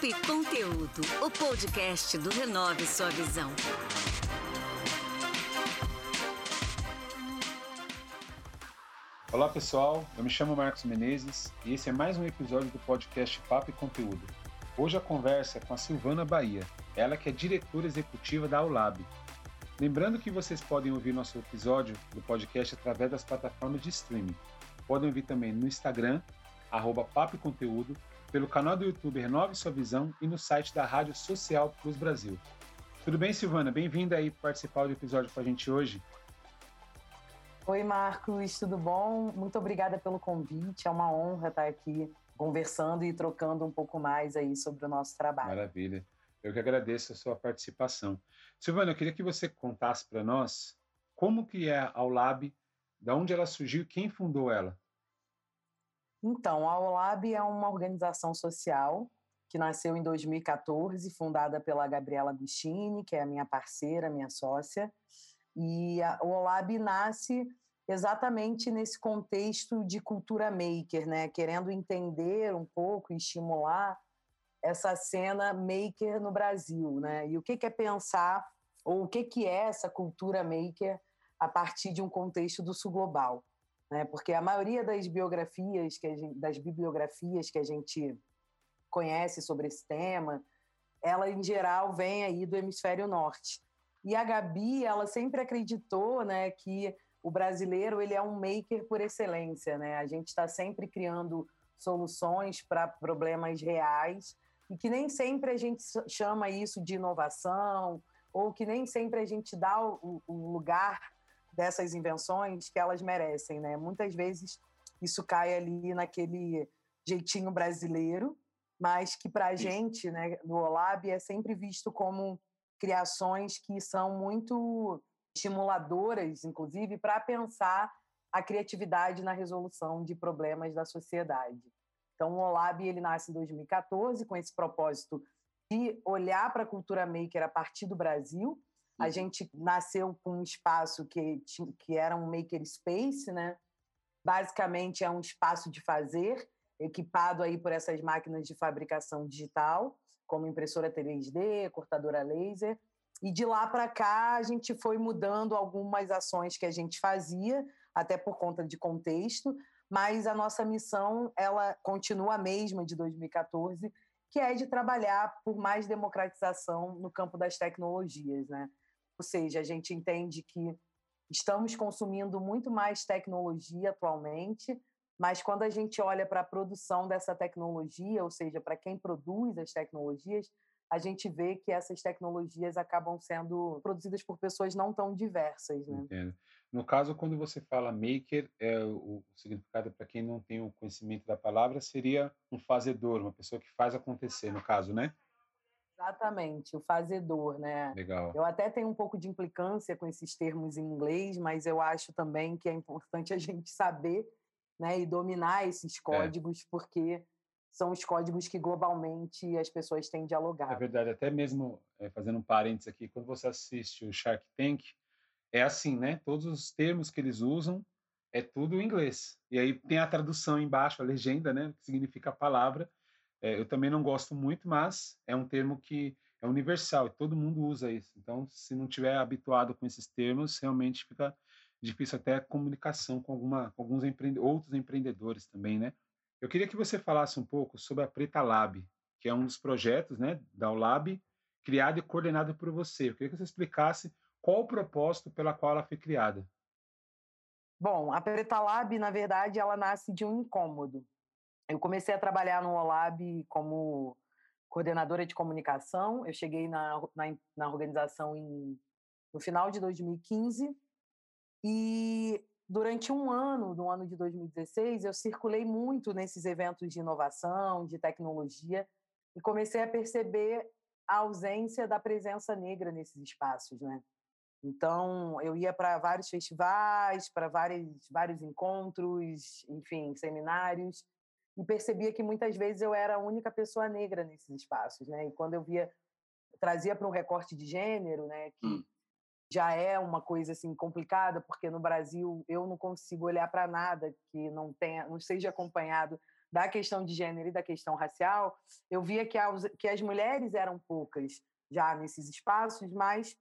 Conteúdo, o podcast do Renove Sua Visão. Olá pessoal, eu me chamo Marcos Menezes e esse é mais um episódio do podcast Papo e Conteúdo. Hoje a conversa é com a Silvana Bahia, ela que é diretora executiva da Aulab. Lembrando que vocês podem ouvir nosso episódio do podcast através das plataformas de streaming. Podem ouvir também no Instagram, @Papo e Conteúdo, pelo canal do YouTube Renove Sua Visão e no site da Rádio Social Plus Brasil. Tudo bem, Silvana? Bem-vinda aí participar do episódio com a gente hoje. Oi, Marcos, tudo bom? Muito obrigada pelo convite. É uma honra estar aqui conversando e trocando um pouco mais aí sobre o nosso trabalho. Maravilha. Eu que agradeço a sua participação. Silvana, eu queria que você contasse para nós como que é a Aulab, de onde ela surgiu e quem fundou ela. Então, a Aulab é uma organização social que nasceu em 2014, fundada pela Gabriela Agostini, que é a minha parceira, minha sócia. E o Aulab nasce exatamente nesse contexto de cultura maker, né? Querendo entender um pouco e estimular essa cena maker no Brasil, né? E o que é pensar, ou o que é essa cultura maker a partir de um contexto do sul global, né? Porque a maioria das bibliografias que a gente conhece sobre esse tema, ela em geral vem aí do hemisfério norte. E a Gabi, ela sempre acreditou, né, que o brasileiro ele é um maker por excelência, né? A gente está sempre criando soluções para problemas reais e que nem sempre a gente chama isso de inovação ou que nem sempre a gente dá o lugar dessas invenções que elas merecem, né? Muitas vezes isso cai ali naquele jeitinho brasileiro, mas que para a gente, né, no Aulab, é sempre visto como criações que são muito estimuladoras, inclusive, para pensar a criatividade na resolução de problemas da sociedade. Então, o Aulab ele nasce em 2014 com esse propósito de olhar para a cultura maker a partir do Brasil. A gente nasceu com um espaço que era um maker space, né? Basicamente é um espaço de fazer, equipado aí por essas máquinas de fabricação digital, como impressora 3D, cortadora laser. E de lá para cá a gente foi mudando algumas ações que a gente fazia, até por conta de contexto, mas a nossa missão ela continua a mesma de 2014, que é de trabalhar por mais democratização no campo das tecnologias, né? Ou seja, a gente entende que estamos consumindo muito mais tecnologia atualmente, mas quando a gente olha para a produção dessa tecnologia, ou seja, para quem produz as tecnologias, a gente vê que essas tecnologias acabam sendo produzidas por pessoas não tão diversas, né? Entendo. No caso, quando você fala maker, o significado para quem não tem o conhecimento da palavra seria um fazedor, uma pessoa que faz acontecer, no caso, né? Exatamente, o fazedor, né? Legal. Eu até tenho um pouco de implicância com esses termos em inglês, mas eu acho também que é importante a gente saber, né, e dominar esses códigos, porque são os códigos que globalmente as pessoas têm É dialogado. verdade. Até mesmo, fazendo um parênteses aqui, quando você assiste o Shark Tank, é assim, né? Todos os termos que eles usam é tudo em inglês. E aí tem a tradução embaixo, a legenda, né? Que significa a palavra. Eu também não gosto muito, mas é um termo que é universal e todo mundo usa isso. Então, se não tiver habituado com esses termos, realmente fica difícil até a comunicação com alguns outros empreendedores também, né? Eu queria que você falasse um pouco sobre a Preta Lab, que é um dos projetos, né, da Aulab, criado e coordenado por você. Eu queria que você explicasse qual o propósito pela qual ela foi criada. Bom, a Preta Lab, na verdade, ela nasce de um incômodo. Eu comecei a trabalhar no Olab como coordenadora de comunicação. Eu cheguei na organização no final de 2015 e durante um ano, no ano de 2016, eu circulei muito nesses eventos de inovação, de tecnologia e comecei a perceber a ausência da presença negra nesses espaços, né? Então, eu ia para vários festivais, para vários encontros, enfim, seminários, e percebia que muitas vezes eu era a única pessoa negra nesses espaços, né? E quando eu trazia para um recorte de gênero, né, que já é uma coisa assim complicada, porque no Brasil eu não consigo olhar para nada que não seja acompanhado da questão de gênero e da questão racial, eu via que as mulheres eram poucas já nesses espaços, mas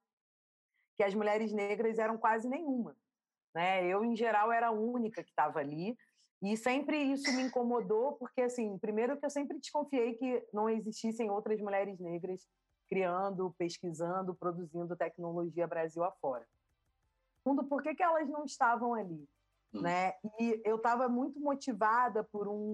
que as mulheres negras eram quase nenhuma, né? Eu, em geral, era a única que estava ali, e sempre isso me incomodou, porque, assim, primeiro que eu sempre desconfiei que não existissem outras mulheres negras criando, pesquisando, produzindo tecnologia Brasil afora. Segundo, por que elas não estavam ali? Né? E eu estava muito motivada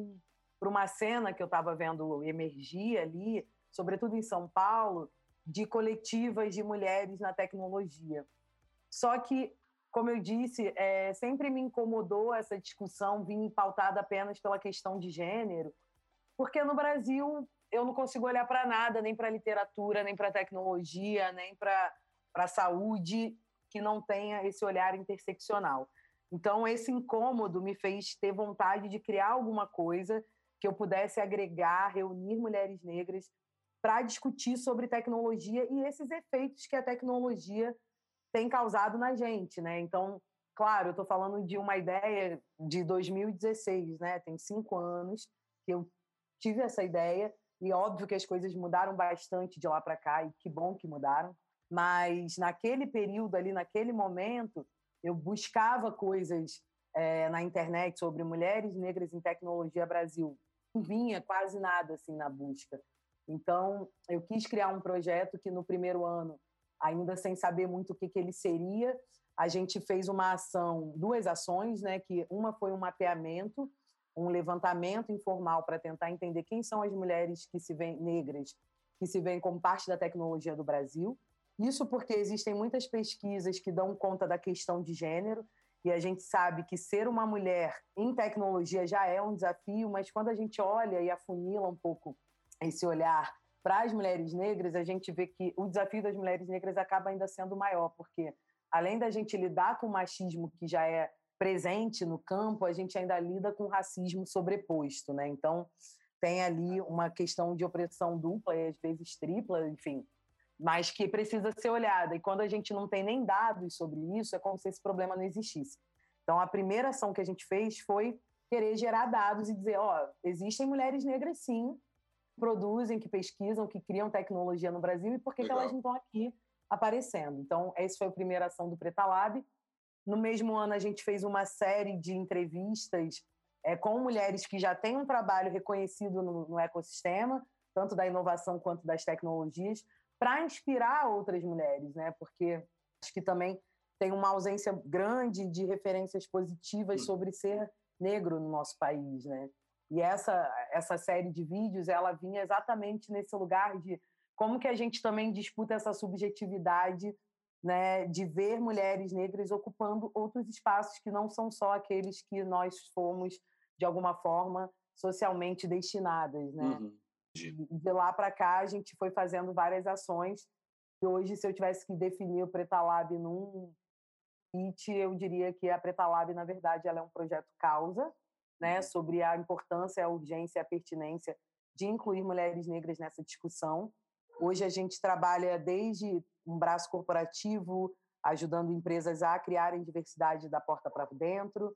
por uma cena que eu estava vendo emergir ali, sobretudo em São Paulo, de coletivas de mulheres na tecnologia. Só que, como eu disse, sempre me incomodou essa discussão vir pautada apenas pela questão de gênero, porque no Brasil eu não consigo olhar para nada, nem para a literatura, nem para a tecnologia, nem para a saúde, que não tenha esse olhar interseccional. Então, esse incômodo me fez ter vontade de criar alguma coisa que eu pudesse agregar, reunir mulheres negras para discutir sobre tecnologia e esses efeitos que a tecnologia tem causado na gente, né? Então, claro, eu estou falando de uma ideia de 2016, né? Tem 5 anos que eu tive essa ideia e óbvio que as coisas mudaram bastante de lá para cá e que bom que mudaram. Mas naquele período ali, naquele momento, eu buscava coisas na internet sobre mulheres negras em tecnologia Brasil. Não vinha quase nada assim na busca. Então, eu quis criar um projeto que no primeiro ano, ainda sem saber muito o que ele seria, a gente fez uma ação, 2 ações, né? Que uma foi um mapeamento, um levantamento informal para tentar entender quem são as mulheres que se veem negras, que se veem como parte da tecnologia do Brasil. Isso porque existem muitas pesquisas que dão conta da questão de gênero, e a gente sabe que ser uma mulher em tecnologia já é um desafio, mas quando a gente olha e afunila um pouco esse olhar para as mulheres negras, a gente vê que o desafio das mulheres negras acaba ainda sendo maior, porque além da gente lidar com o machismo que já é presente no campo, a gente ainda lida com o racismo sobreposto, né? Então, tem ali uma questão de opressão dupla e às vezes tripla, enfim, mas que precisa ser olhada. E quando a gente não tem nem dados sobre isso, é como se esse problema não existisse. Então, a primeira ação que a gente fez foi querer gerar dados e dizer, existem mulheres negras, sim, que produzem, que pesquisam, que criam tecnologia no Brasil, e por que elas não estão aqui aparecendo? Então, essa foi a primeira ação do Preta Lab. No mesmo ano, a gente fez uma série de entrevistas com mulheres que já têm um trabalho reconhecido no ecossistema, tanto da inovação quanto das tecnologias, para inspirar outras mulheres, né? Porque acho que também tem uma ausência grande de referências positivas sobre ser negro no nosso país, né? E essa série de vídeos, ela vinha exatamente nesse lugar de como que a gente também disputa essa subjetividade, né, de ver mulheres negras ocupando outros espaços que não são só aqueles que nós fomos, de alguma forma, socialmente destinadas, né? E de lá para cá, a gente foi fazendo várias ações. E hoje, se eu tivesse que definir o Preta Lab num pitch, eu diria que a Preta Lab, na verdade, ela é um projeto causa, né, sobre a importância, a urgência e a pertinência de incluir mulheres negras nessa discussão. Hoje a gente trabalha desde um braço corporativo, ajudando empresas a criarem diversidade da porta para dentro.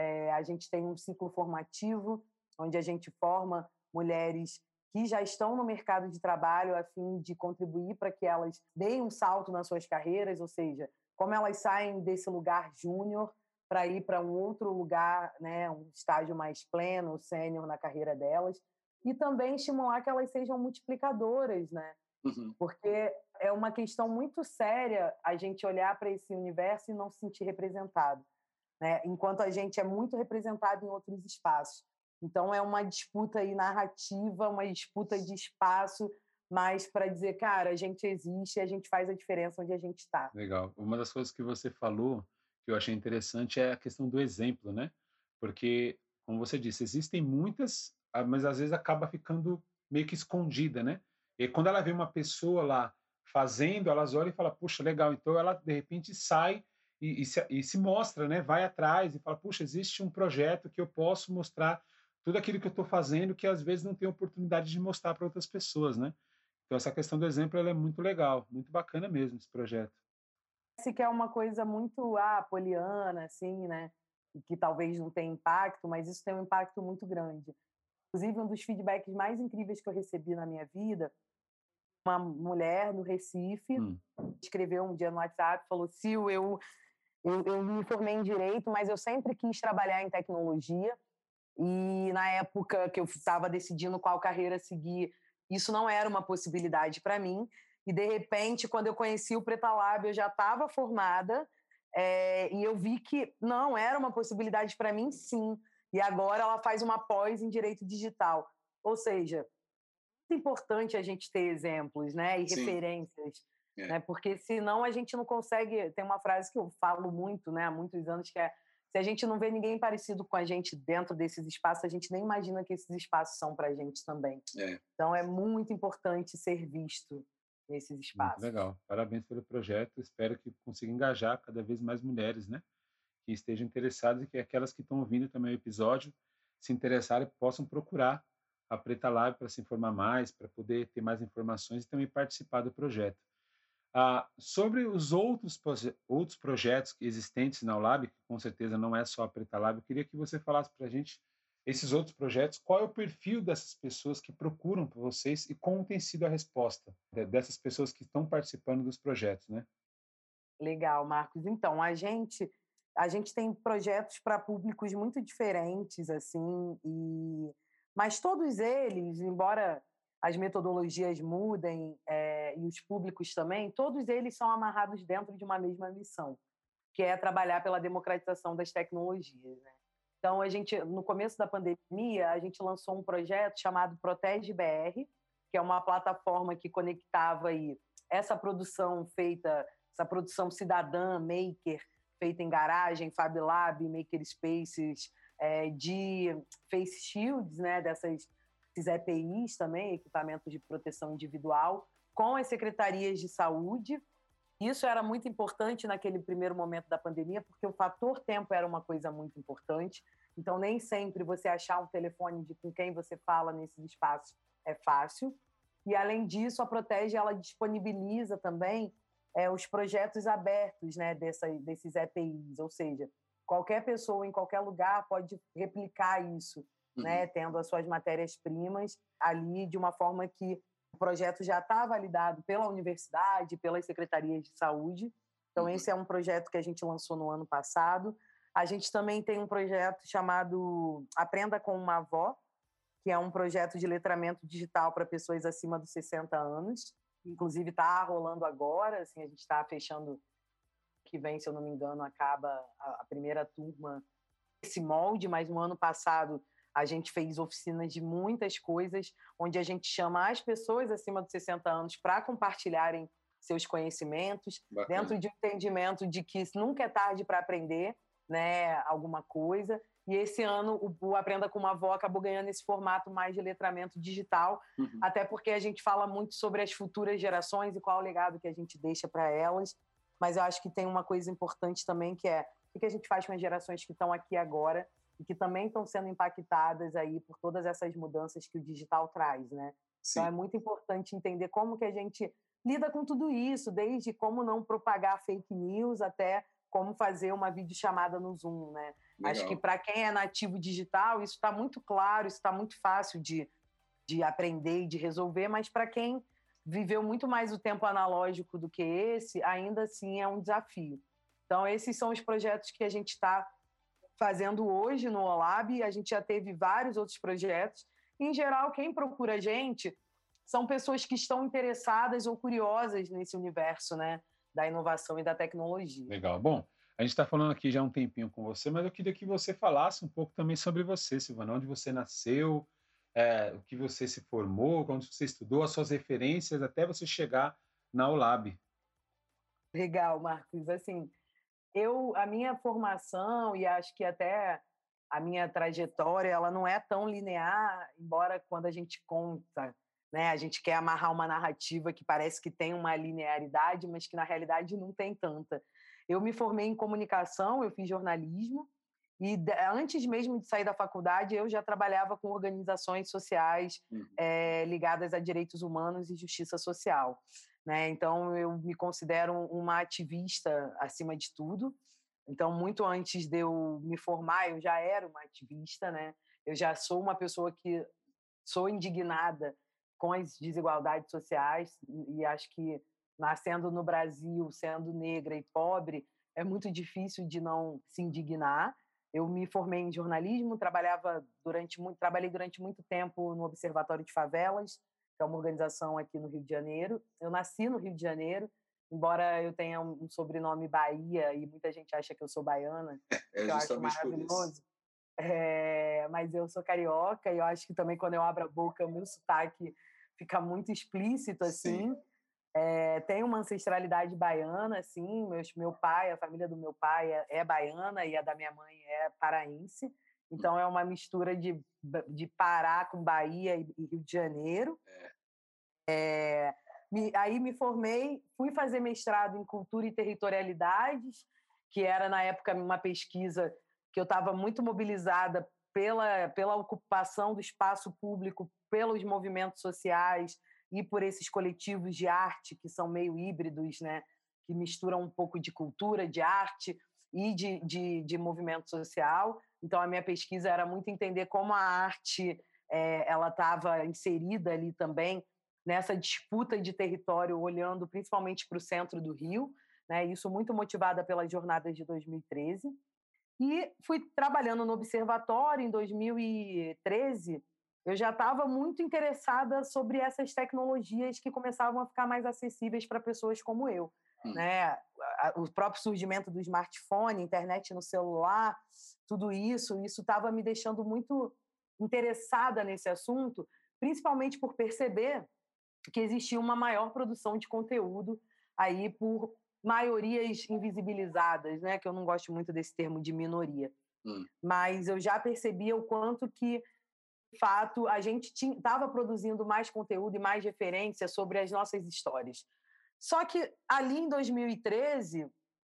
A gente tem um ciclo formativo, onde a gente forma mulheres que já estão no mercado de trabalho a fim de contribuir para que elas deem um salto nas suas carreiras, ou seja, como elas saem desse lugar júnior para ir para um outro lugar, né, um estágio mais pleno, sênior na carreira delas, e também estimular que elas sejam multiplicadoras, né? Porque é uma questão muito séria a gente olhar para esse universo e não se sentir representado, né? Enquanto a gente é muito representado em outros espaços. Então, é uma disputa aí narrativa, uma disputa de espaço, mas para dizer, cara, a gente existe e a gente faz a diferença onde a gente está. Legal. Uma das coisas que você falou, que eu achei interessante, é a questão do exemplo, né? Porque, como você disse, existem muitas, mas às vezes acaba ficando meio que escondida, né? E quando ela vê uma pessoa lá fazendo, elas olham e falam, puxa, legal. Então ela, de repente, sai e se mostra, né? Vai atrás e fala, puxa, existe um projeto que eu posso mostrar tudo aquilo que eu estou fazendo, que às vezes não tem oportunidade de mostrar para outras pessoas, né? Então essa questão do exemplo, ela é muito legal, muito bacana mesmo esse projeto. Parece que é uma coisa muito poliana, assim, né? E que talvez não tenha impacto, mas isso tem um impacto muito grande. Inclusive, um dos feedbacks mais incríveis que eu recebi na minha vida, uma mulher no Recife escreveu um dia no WhatsApp, falou: Sil, eu me formei em Direito, mas eu sempre quis trabalhar em tecnologia. E na época que eu estava decidindo qual carreira seguir, isso não era uma possibilidade para mim. E, de repente, quando eu conheci o Preta Lab, eu já estava formada e eu vi que não era uma possibilidade para mim, sim. E agora ela faz uma pós em Direito Digital. Ou seja, é importante a gente ter exemplos, né, e Sim. referências, né, porque senão a gente não consegue. Tem uma frase que eu falo muito, né, há muitos anos, que é: se a gente não vê ninguém parecido com a gente dentro desses espaços, a gente nem imagina que esses espaços são para a gente também. Então é muito importante ser visto nesses espaços. Muito legal. Parabéns pelo projeto. Espero que consiga engajar cada vez mais mulheres, né, que estejam interessadas e que aquelas que estão ouvindo também o episódio se interessarem possam procurar a Preta Lab para se informar mais, para poder ter mais informações e também participar do projeto. Sobre os outros projetos existentes na ULAB, que com certeza não é só a Preta Lab, eu queria que você falasse para a gente esses outros projetos, qual é o perfil dessas pessoas que procuram por vocês e como tem sido a resposta dessas pessoas que estão participando dos projetos, né? Legal, Marcos. Então, a gente tem projetos para públicos muito diferentes, assim, mas todos eles, embora as metodologias mudem e os públicos também, todos eles são amarrados dentro de uma mesma missão, que é trabalhar pela democratização das tecnologias, né? Então, no começo da pandemia, a gente lançou um projeto chamado Protege BR, que é uma plataforma que conectava aí essa produção feita, essa produção cidadã, maker, feita em garagem, Fab Lab, Maker Spaces, de face shields, né, desses EPIs também, equipamentos de proteção individual, com as secretarias de saúde. Isso era muito importante naquele primeiro momento da pandemia, porque o fator tempo era uma coisa muito importante. Então, nem sempre você achar um telefone com quem você fala nesses espaços é fácil. E, além disso, a Protege ela disponibiliza também os projetos abertos, né, desses EPIs, ou seja, qualquer pessoa em qualquer lugar pode replicar isso, né, tendo as suas matérias-primas ali de uma forma que o projeto já está validado pela universidade, pelas secretarias de saúde. Então, esse é um projeto que a gente lançou no ano passado. A gente também tem um projeto chamado Aprenda com uma Avó, que é um projeto de letramento digital para pessoas acima dos 60 anos. Inclusive, está rolando agora, assim, a gente está fechando, que vem, se eu não me engano, acaba a primeira turma desse molde, mas no ano passado a gente fez oficinas de muitas coisas, onde a gente chama as pessoas acima dos 60 anos para compartilharem seus conhecimentos, Bacana. dentro de um entendimento de que nunca é tarde para aprender, né, alguma coisa. E esse ano o Aprenda com uma Avó acabou ganhando esse formato mais de letramento digital, até porque a gente fala muito sobre as futuras gerações e qual é o legado que a gente deixa para elas. Mas eu acho que tem uma coisa importante também, que é o que a gente faz com as gerações que estão aqui agora e que também estão sendo impactadas aí por todas essas mudanças que o digital traz, né? Sim. Então é muito importante entender como que a gente lida com tudo isso, desde como não propagar fake news até como fazer uma videochamada no Zoom, né? Legal. Acho que para quem é nativo digital, isso está muito claro, isso está muito fácil de aprender e de resolver, mas para quem viveu muito mais o tempo analógico do que esse, ainda assim é um desafio. Então, esses são os projetos que a gente está fazendo hoje no OLAB. A gente já teve vários outros projetos. Em geral, quem procura a gente são pessoas que estão interessadas ou curiosas nesse universo, né, da inovação e da tecnologia. Legal. Bom, a gente está falando aqui já há um tempinho com você, mas eu queria que você falasse um pouco também sobre você, Silvana, onde você nasceu, o que você se formou, onde você estudou, as suas referências, até você chegar na ULAB. Legal, Marcos. Assim, a minha formação e acho que até a minha trajetória, ela não é tão linear, embora quando a gente conta, né, a gente quer amarrar uma narrativa que parece que tem uma linearidade, mas que na realidade não tem tanta. Eu me formei em comunicação, eu fiz jornalismo, e antes mesmo de sair da faculdade, eu já trabalhava com organizações sociais ligadas a direitos humanos e justiça social, né? Então, eu me considero uma ativista acima de tudo. Então, muito antes de eu me formar, eu já era uma ativista, né? Eu já sou uma pessoa que sou indignada com as desigualdades sociais e acho que, nascendo no Brasil, sendo negra e pobre, é muito difícil de não se indignar. Eu me formei em jornalismo, trabalhei durante muito tempo no Observatório de Favelas, que é uma organização aqui no Rio de Janeiro. Eu nasci no Rio de Janeiro, embora eu tenha um sobrenome Bahia e muita gente acha que eu sou baiana, que eu acho maravilhoso. Mas eu sou carioca e eu acho que também quando eu abro a boca o meu sotaque fica muito explícito assim. Tem uma ancestralidade baiana, assim. Meu pai, a família do meu pai é baiana e a da minha mãe é paraense. Então é uma mistura de Pará com Bahia e Rio de Janeiro. Aí me formei, fui fazer mestrado em Cultura e Territorialidades, que era, na época, uma pesquisa que eu estava muito mobilizada pela ocupação do espaço público, pelos movimentos sociais e por esses coletivos de arte que são meio híbridos, né? Que misturam um pouco de cultura, de arte e de movimento social. Então, a minha pesquisa era muito entender como a arte ela estava inserida ali também nessa disputa de território, olhando principalmente para o centro do Rio, né? Isso muito motivada pelas jornadas de 2013. E fui trabalhando no Observatório em 2013. Eu já estava muito interessada sobre essas tecnologias que começavam a ficar mais acessíveis para pessoas como eu. Né? O próprio surgimento do smartphone, internet no celular, tudo isso estava me deixando muito interessada nesse assunto, principalmente por perceber que existia uma maior produção de conteúdo aí por maiorias invisibilizadas, né? Que eu não gosto muito desse termo de minoria. Mas eu já percebia o quanto que, de fato, a gente estava produzindo mais conteúdo e mais referência sobre as nossas histórias. Só que ali em 2013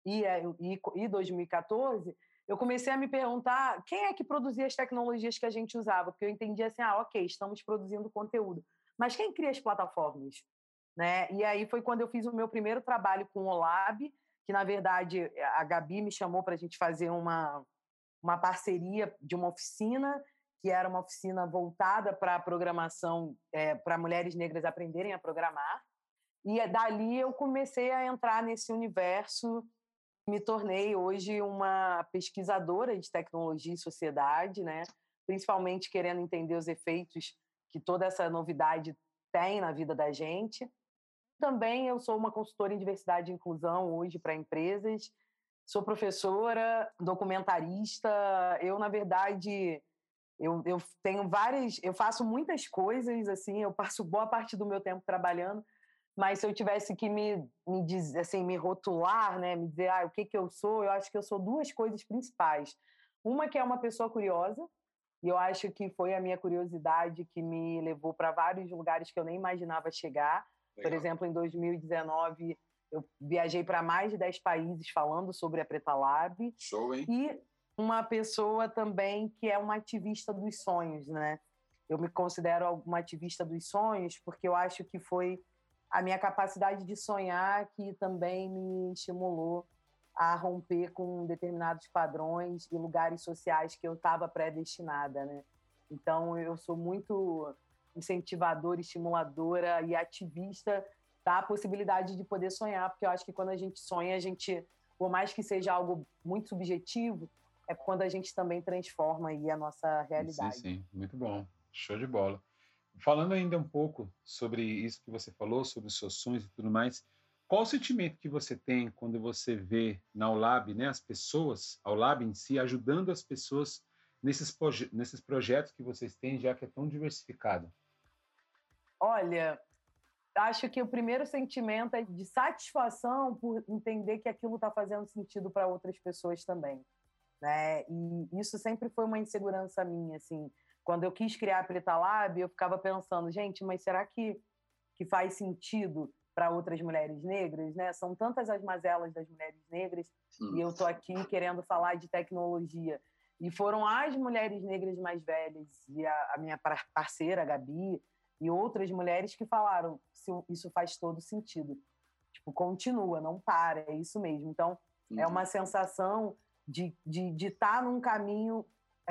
e 2014, eu comecei a me perguntar quem é que produzia as tecnologias que a gente usava, porque eu entendia assim, ok, estamos produzindo conteúdo, mas quem cria as plataformas? Né? E aí foi quando eu fiz o meu primeiro trabalho com o Olab, que, na verdade, a Gabi me chamou para a gente fazer uma parceria de uma oficina, que era uma oficina voltada para a programação, para mulheres negras aprenderem a programar. E dali eu comecei a entrar nesse universo, me tornei hoje uma pesquisadora de tecnologia e sociedade, né? Principalmente querendo entender os efeitos que toda essa novidade tem na vida da gente. Também eu sou uma consultora em diversidade e inclusão hoje para empresas. Sou professora, documentarista. Eu, na verdade, eu tenho eu faço muitas coisas, assim, eu passo boa parte do meu tempo trabalhando, mas se eu tivesse que me dizer, assim, me rotular, né, me dizer o que eu sou, eu acho que eu sou duas coisas principais. Uma que é uma pessoa curiosa, e eu acho que foi a minha curiosidade que me levou para vários lugares que eu nem imaginava chegar. Legal. Por exemplo, em 2019, eu viajei para mais de 10 países falando sobre a Preta Lab. Show, hein? E uma pessoa também que é uma ativista dos sonhos, né? Eu me considero uma ativista dos sonhos porque eu acho que foi a minha capacidade de sonhar que também me estimulou a romper com determinados padrões e lugares sociais que eu estava predestinada, né? Então, eu sou muito incentivadora, estimuladora e ativista da possibilidade de poder sonhar, porque eu acho que quando a gente sonha, a gente, por mais que seja algo muito subjetivo, é quando a gente também transforma aí a nossa realidade. Sim, muito bom. Show de bola. Falando ainda um pouco sobre isso que você falou, sobre os seus sonhos e tudo mais, qual o sentimento que você tem quando você vê na Aulab, né, as pessoas, a Aulab em si, ajudando as pessoas nesses projetos que vocês têm, já que é tão diversificado? Olha, acho que o primeiro sentimento é de satisfação por entender que aquilo está fazendo sentido para outras pessoas também, né? E isso sempre foi uma insegurança minha, assim. Quando eu quis criar a Preta Lab, eu ficava pensando, gente, mas será que faz sentido para outras mulheres negras, né? São tantas as mazelas das mulheres negras e eu estou aqui querendo falar de tecnologia. E foram as mulheres negras mais velhas e a minha parceira, a Gabi, e outras mulheres que falaram se isso faz todo sentido. Tipo, continua, não para, é isso mesmo. Então, é uma sensação de estar num caminho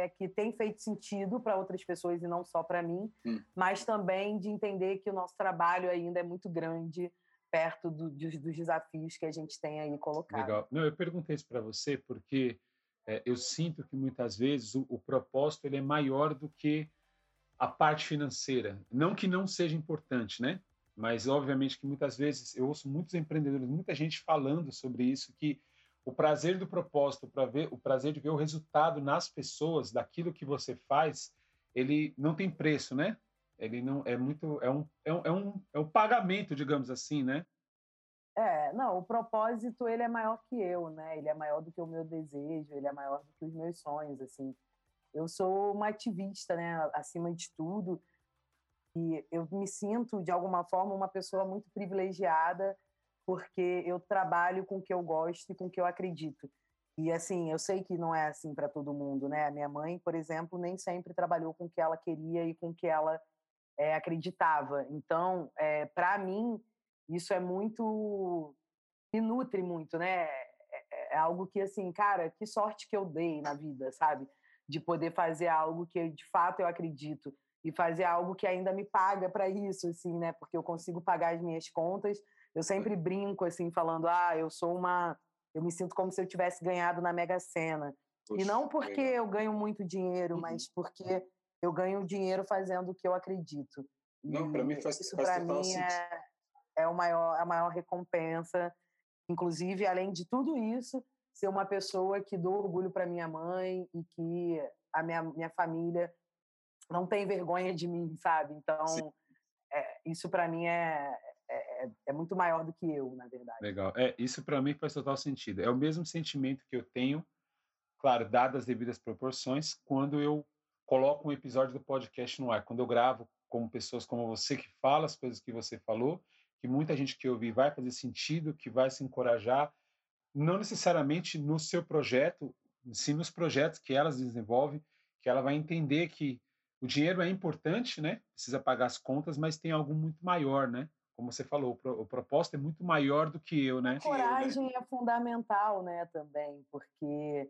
né, que tem feito sentido para outras pessoas e não só para mim, mas também de entender que o nosso trabalho ainda é muito grande perto dos desafios que a gente tem aí colocado. Legal. Não, eu perguntei isso para você porque eu sinto que muitas vezes o propósito ele é maior do que a parte financeira. Não que não seja importante, né? Mas obviamente que muitas vezes eu ouço muitos empreendedores, muita gente falando sobre isso, que o prazer do propósito, o prazer de ver o resultado nas pessoas daquilo que você faz, ele não tem preço, né? Ele não é muito é um pagamento, digamos assim, né? Não, o propósito ele é maior que eu, né? Ele é maior do que o meu desejo, ele é maior do que os meus sonhos, assim. Eu sou uma ativista, né? Acima de tudo, e eu me sinto de alguma forma uma pessoa muito privilegiada porque eu trabalho com o que eu gosto e com o que eu acredito. E assim, eu sei que não é assim para todo mundo, né? A minha mãe, por exemplo, nem sempre trabalhou com o que ela queria e com o que ela acreditava. Então, para mim, isso é muito me nutre muito, né? É algo que, assim, cara, que sorte que eu dei na vida, sabe? De poder fazer algo que, de fato, eu acredito. E fazer algo que ainda me paga para isso, assim, né? Porque eu consigo pagar as minhas contas. Eu sempre brinco, assim, falando, eu sou uma... Eu me sinto como se eu tivesse ganhado na Mega Sena. E Poxa, não porque legal. eu ganho muito dinheiro, mas porque eu ganho dinheiro fazendo o que eu acredito. Não, para mim E isso, faz para total mim, sentido. a maior recompensa. Inclusive, além de tudo isso, ser uma pessoa que dou orgulho para minha mãe e que a minha família não tem vergonha de mim, sabe? Sim. Então, isso para mim é muito maior do que eu, na verdade. Legal. Isso para mim faz total sentido. É o mesmo sentimento que eu tenho, claro, dadas as devidas proporções, quando eu coloco um episódio do podcast no ar, quando eu gravo com pessoas como você que fala as coisas que você falou, que muita gente que ouvir vai fazer sentido, que vai se encorajar, não necessariamente no seu projeto, sim nos projetos que elas desenvolvem, que ela vai entender que o dinheiro é importante, né? Precisa pagar as contas, mas tem algo muito maior, né? Como você falou, o propósito é muito maior do que eu, né? A coragem é fundamental, né, também, porque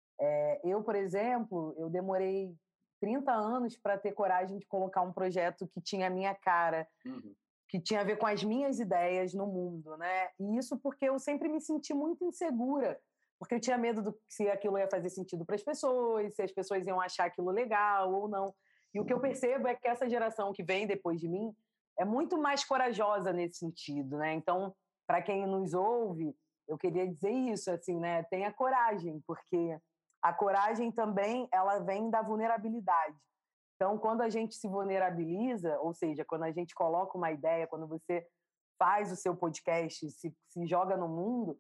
eu, por exemplo, eu demorei 30 anos para ter coragem de colocar um projeto que tinha a minha cara, que tinha a ver com as minhas ideias no mundo, né? E isso porque eu sempre me senti muito insegura, porque eu tinha medo se aquilo ia fazer sentido para as pessoas, se as pessoas iam achar aquilo legal ou não. E o que eu percebo é que essa geração que vem depois de mim é muito mais corajosa nesse sentido, né? Então, para quem nos ouve, eu queria dizer isso, assim, né? Tenha coragem, porque a coragem também ela vem da vulnerabilidade. Então, quando a gente se vulnerabiliza, ou seja, quando a gente coloca uma ideia, quando você faz o seu podcast, se joga no mundo,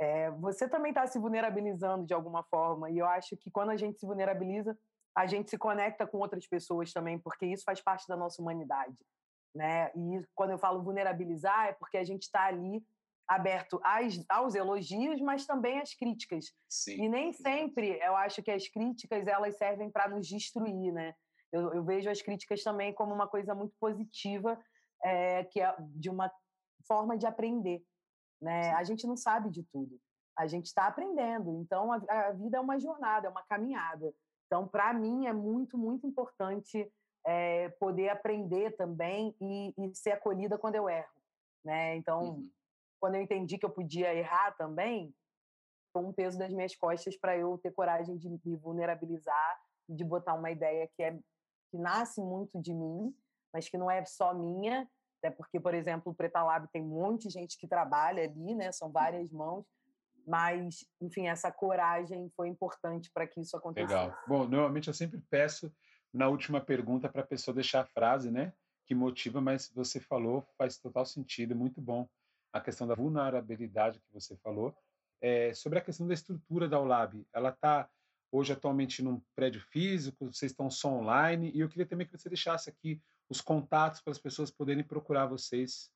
você também está se vulnerabilizando de alguma forma. E eu acho que quando a gente se vulnerabiliza, a gente se conecta com outras pessoas também, porque isso faz parte da nossa humanidade, né? E quando eu falo vulnerabilizar, é porque a gente está ali aberto aos elogios, mas também às críticas. Sim. E nem sempre eu acho que as críticas elas servem para nos destruir, né? Eu vejo as críticas também como uma coisa muito positiva, que é de uma forma de aprender, né? Sim. A gente não sabe de tudo, a gente está aprendendo. Então, a vida é uma jornada, é uma caminhada. Então, para mim, é muito, muito importante poder aprender também e ser acolhida quando eu erro, né? Então, quando eu entendi que eu podia errar também, foi um peso das minhas costas para eu ter coragem de me vulnerabilizar e de botar uma ideia que nasce muito de mim, mas que não é só minha, até porque, por exemplo, o Preta Lab tem um monte de gente que trabalha ali, né? São várias mãos, mas, enfim, essa coragem foi importante para que isso acontecesse. Legal. Bom, normalmente eu sempre peço na última pergunta para a pessoa deixar a frase, né, que motiva, mas você falou, faz total sentido, muito bom a questão da vulnerabilidade que você falou. Sobre a questão da estrutura da ULAB, ela está hoje atualmente num prédio físico, vocês estão só online, e eu queria também que você deixasse aqui os contatos para as pessoas poderem procurar vocês.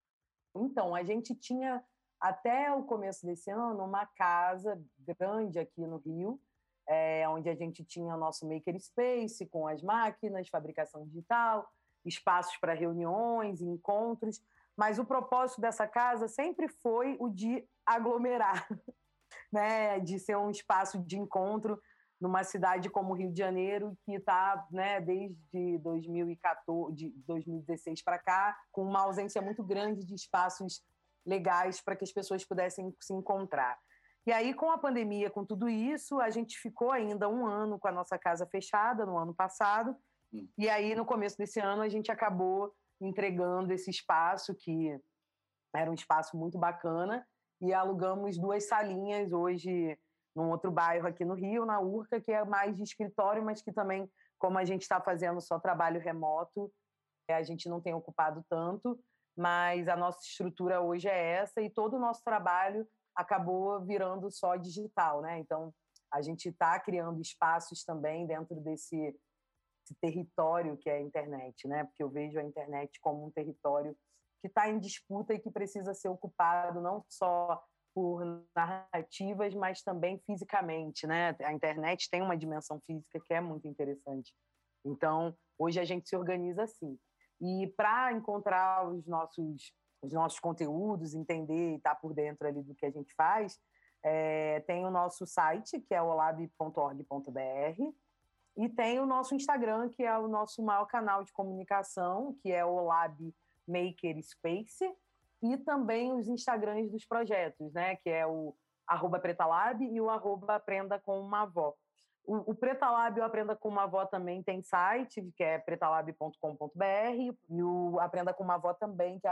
Então, a gente tinha, até o começo desse ano, uma casa grande aqui no Rio, onde a gente tinha o nosso maker space, com as máquinas, fabricação digital, espaços para reuniões, encontros, mas o propósito dessa casa sempre foi o de aglomerar, né? De ser um espaço de encontro numa cidade como Rio de Janeiro, que está, né, desde 2014, de 2016 para cá, com uma ausência muito grande de espaços legais para que as pessoas pudessem se encontrar. E aí, com a pandemia, com tudo isso, a gente ficou ainda 1 ano com a nossa casa fechada, no ano passado, e aí, no começo desse ano, a gente acabou entregando esse espaço, que era um espaço muito bacana, e alugamos 2 salinhas hoje num outro bairro aqui no Rio, na Urca, que é mais de escritório, mas que também, como a gente está fazendo só trabalho remoto, a gente não tem ocupado tanto, mas a nossa estrutura hoje é essa, e todo o nosso trabalho acabou virando só digital, né? Então, a gente está criando espaços também dentro desse território que é a internet, né? Porque eu vejo a internet como um território que está em disputa e que precisa ser ocupado não só por narrativas, mas também fisicamente, né? A internet tem uma dimensão física que é muito interessante. Então, hoje a gente se organiza assim. E para encontrar os nossos conteúdos, entender e estar por dentro ali do que a gente faz, tem o nosso site, que é olab.org.br, e tem o nosso Instagram, que é o nosso maior canal de comunicação, que é o Olab Makerspace, e também os Instagrams dos projetos, né? Que é o @pretalab e o @aprenda com uma avó. O Pretalab e o Aprenda com uma Avó também tem site, que é pretalab.com.br, e o Aprenda com uma Avó também, que é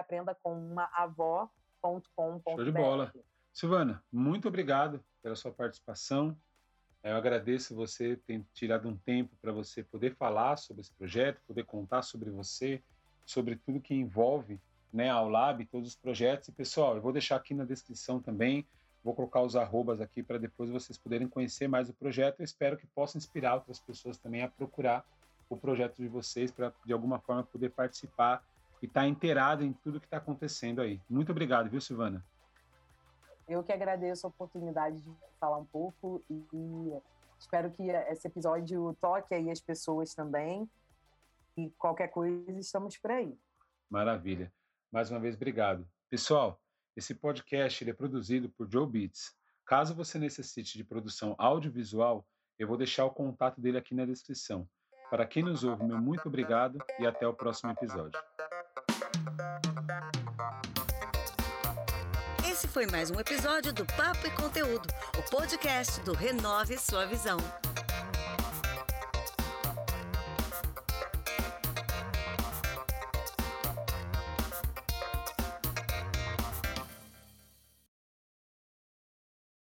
aprendacomumaavó.com.br. Show de bola. Silvana, muito obrigado pela sua participação. Eu agradeço você ter tirado um tempo para você poder falar sobre esse projeto, poder contar sobre você, sobre tudo que envolve, né, a Olab, todos os projetos. E, pessoal, eu vou deixar aqui na descrição também, vou colocar os arrobas aqui para depois vocês poderem conhecer mais o projeto. Eu espero que possa inspirar outras pessoas também a procurar o projeto de vocês para, de alguma forma, poder participar e estar inteirado em tudo que está acontecendo aí. Muito obrigado, viu, Silvana? Eu que agradeço a oportunidade de falar um pouco e espero que esse episódio toque aí as pessoas também. E qualquer coisa, estamos por aí. Maravilha. Mais uma vez, obrigado. Pessoal, esse podcast ele é produzido por Joe Beats. Caso você necessite de produção audiovisual, eu vou deixar o contato dele aqui na descrição. Para quem nos ouve, meu muito obrigado e até o próximo episódio. Esse foi mais um episódio do Papo e Conteúdo, o podcast do Renove Sua Visão.